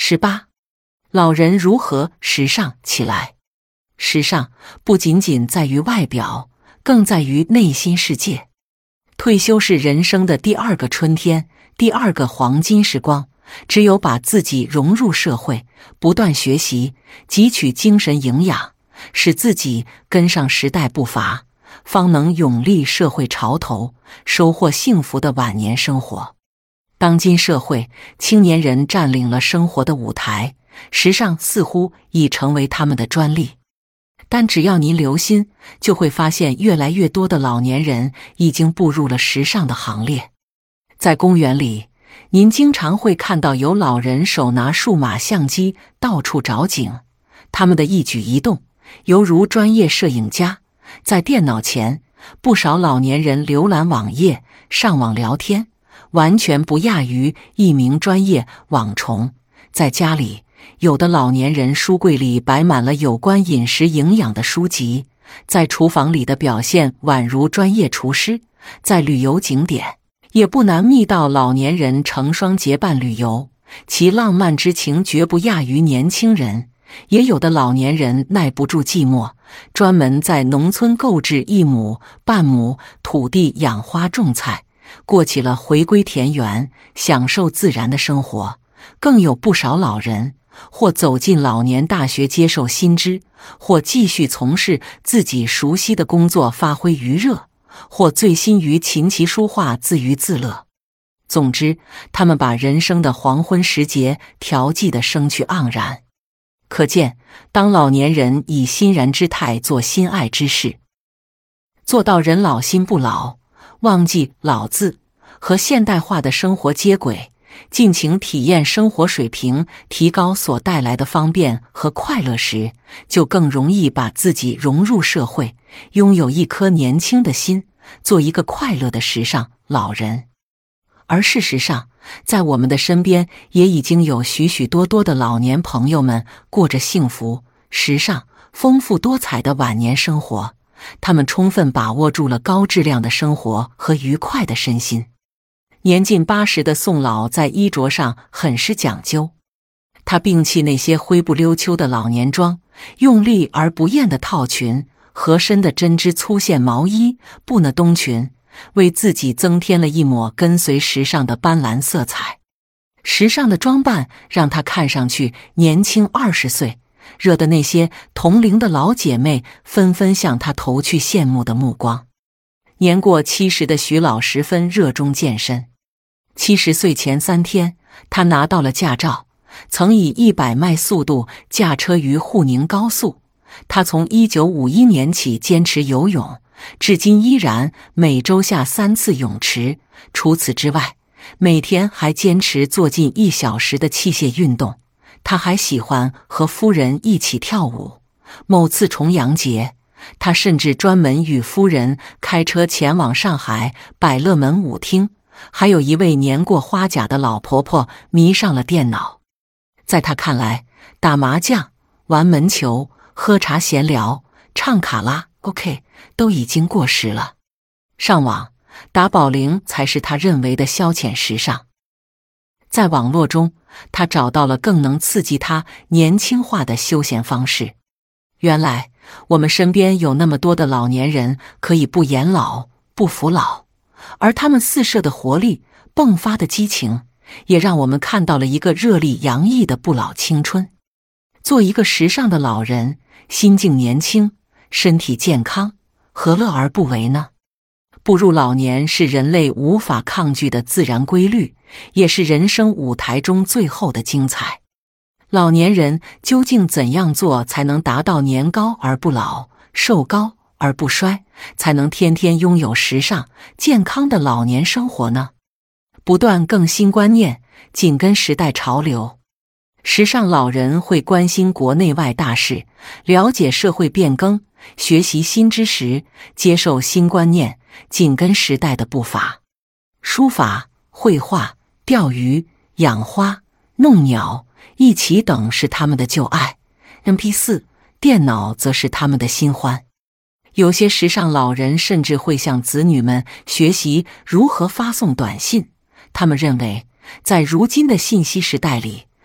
18. 老人如何时尚起来？时尚不仅仅在于外表，更在于内心世界。退休是人生的第二个春天，第二个黄金时光。只有把自己融入社会，不断学习，汲取精神营养，使自己跟上时代步伐，方能勇立社会潮头，收获幸福的晚年生活。当今社会，青年人占领了生活的舞台，时尚似乎已成为他们的专利。但只要您留心，就会发现越来越多的老年人已经步入了时尚的行列。在公园里，您经常会看到有老人手拿数码相机到处找景，他们的一举一动犹如专业摄影家。在电脑前，不少老年人浏览网页、上网聊天，完全不亚于一名专业网虫。在家里，有的老年人书柜里摆满了有关饮食营养的书籍，在厨房里的表现宛如专业厨师。在旅游景点，也不难觅到老年人成双结伴旅游，其浪漫之情绝不亚于年轻人。也有的老年人耐不住寂寞，专门在农村购置1亩、半亩土地养花种菜，过起了回归田园、享受自然的生活。更有不少老人或走进老年大学接受新知，或继续从事自己熟悉的工作发挥余热，或醉心于琴棋书画自娱自乐。总之，他们把人生的黄昏时节调剂得生趣盎然。可见，当老年人以欣然之态做心爱之事，做到人老心不老，忘记老字，和现代化的生活接轨，尽情体验生活水平提高所带来的方便和快乐时，就更容易把自己融入社会，拥有一颗年轻的心，做一个快乐的时尚老人。而事实上，在我们的身边也已经有许许多多的老年朋友们过着幸福、时尚、丰富多彩的晚年生活，他们充分把握住了高质量的生活和愉快的身心。年近80的宋老在衣着上很是讲究，他摒弃那些灰不溜秋的老年装，用力而不艳的套裙，合身的针织粗线毛衣、布呢冬裙，为自己增添了一抹跟随时尚的斑斓色彩。时尚的装扮让他看上去年轻20岁，惹得那些同龄的老姐妹纷纷向他投去羡慕的目光。年过70的徐老十分热衷健身。70岁前3天，他拿到了驾照，曾以100迈速度驾车于沪宁高速。他从1951年起坚持游泳，至今依然每周下3次泳池。除此之外，每天还坚持做近1小时的器械运动。他还喜欢和夫人一起跳舞。某次重阳节，他甚至专门与夫人开车前往上海百乐门舞厅。还有一位年过花甲的老婆婆迷上了电脑。在他看来，打麻将、玩门球、喝茶闲聊、唱卡拉 OK 都已经过时了，上网、打保龄才是他认为的消遣时尚。在网络中，他找到了更能刺激他年轻化的休闲方式。原来，我们身边有那么多的老年人可以不言老、不服老，而他们四射的活力、迸发的激情，也让我们看到了一个热力洋溢的不老青春。做一个时尚的老人，心境年轻，身体健康，何乐而不为呢？步入老年是人类无法抗拒的自然规律，也是人生舞台中最后的精彩。老年人究竟怎样做才能达到年高而不老，寿高而不衰，才能天天拥有时尚、健康的老年生活呢？不断更新观念，紧跟时代潮流。时尚老人会关心国内外大事，了解社会变更，学习新知识，接受新观念，紧跟时代的步伐。书法、绘画、钓鱼、养花、弄鸟、一起等是他们的旧爱， MP4、电脑则是他们的新欢。有些时尚老人甚至会向子女们学习如何发送短信。他们认为，在如今的信息时代里，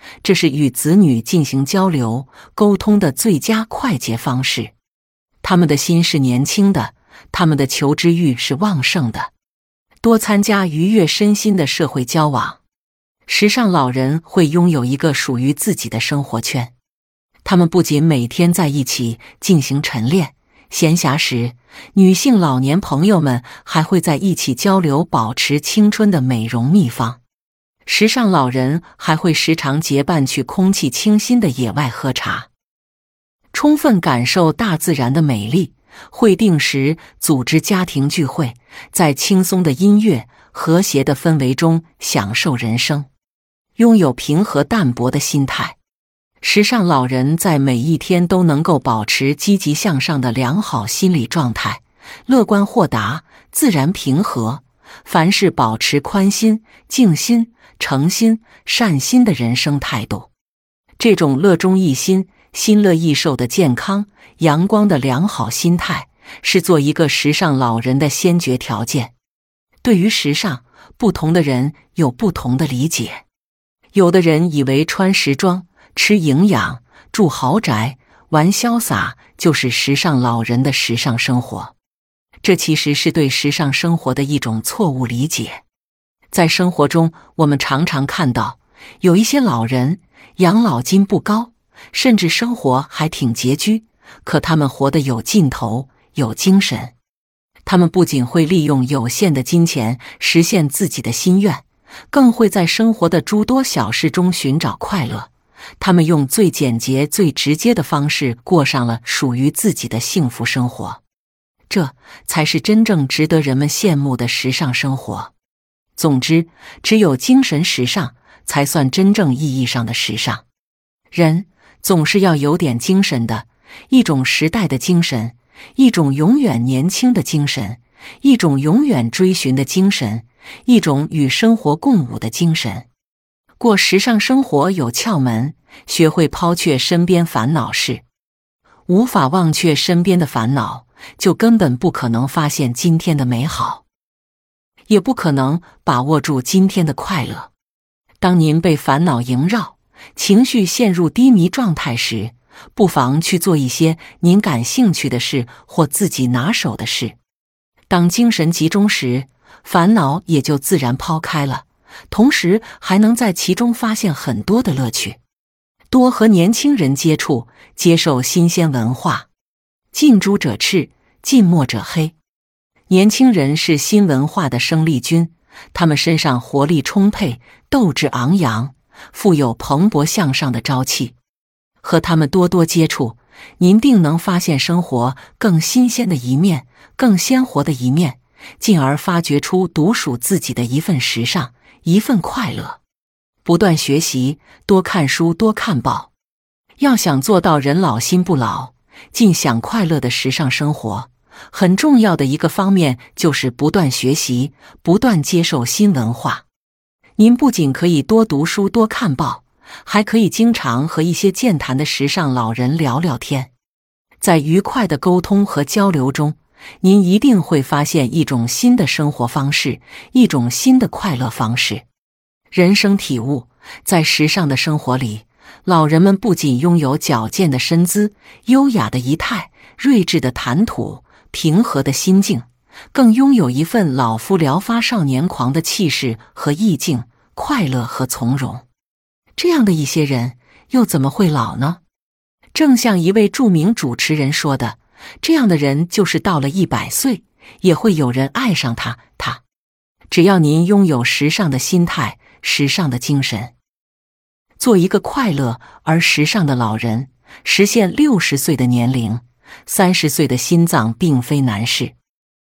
这是与子女进行交流、沟通的最佳快捷方式。他们的心是年轻的，他们的求知欲是旺盛的。多参加愉悦身心的社会交往。时尚老人会拥有一个属于自己的生活圈。他们不仅每天在一起进行晨练，闲暇时，女性老年朋友们还会在一起交流保持青春的美容秘方。时尚老人还会时常结伴去空气清新的野外喝茶，充分感受大自然的美丽。会定时组织家庭聚会，在轻松的音乐、和谐的氛围中享受人生，拥有平和淡泊的心态。时尚老人在每一天都能够保持积极向上的良好心理状态，乐观豁达、自然平和，凡事保持宽心、静心、诚心、善心的人生态度。这种乐中益心、心乐益寿的健康、阳光的良好心态，是做一个时尚老人的先决条件。对于时尚，不同的人有不同的理解。有的人以为穿时装、吃营养、住豪宅、玩潇洒就是时尚老人的时尚生活，这其实是对时尚生活的一种错误理解。在生活中，我们常常看到有一些老人养老金不高，甚至生活还挺拮据，可他们活得有劲头、有精神。他们不仅会利用有限的金钱实现自己的心愿，更会在生活的诸多小事中寻找快乐。他们用最简洁、最直接的方式过上了属于自己的幸福生活。这才是真正值得人们羡慕的时尚生活。总之，只有精神时尚，才算真正意义上的时尚。人总是要有点精神的，一种时代的精神，一种永远年轻的精神，一种永远追寻的精神，一种与生活共舞的精神。过时尚生活有窍门，学会抛却身边烦恼事。无法忘却身边的烦恼，就根本不可能发现今天的美好，也不可能把握住今天的快乐。当您被烦恼萦绕，情绪陷入低迷状态时，不妨去做一些您感兴趣的事或自己拿手的事。当精神集中时，烦恼也就自然抛开了，同时还能在其中发现很多的乐趣。多和年轻人接触，接受新鲜文化。近朱者赤，近墨者黑。年轻人是新文化的生力军，他们身上活力充沛，斗志昂扬，富有蓬勃向上的朝气。和他们多多接触，您定能发现生活更新鲜的一面，更鲜活的一面，进而发掘出独属自己的一份时尚，一份快乐。不断学习，多看书，多看报。要想做到人老心不老，尽享快乐的时尚生活，很重要的一个方面就是不断学习，不断接受新文化。您不仅可以多读书，多看报，还可以经常和一些健谈的时尚老人聊聊天。在愉快的沟通和交流中，您一定会发现一种新的生活方式，一种新的快乐方式。人生体悟，在时尚的生活里，老人们不仅拥有矫健的身姿、优雅的仪态、睿智的谈吐、平和的心境，更拥有一份老夫聊发少年狂的气势和意境，快乐和从容。这样的一些人，又怎么会老呢？正像一位著名主持人说的，这样的人就是到了100岁，也会有人爱上他。只要您拥有时尚的心态，时尚的精神，做一个快乐而时尚的老人，实现60岁的年龄，30岁的心脏并非难事。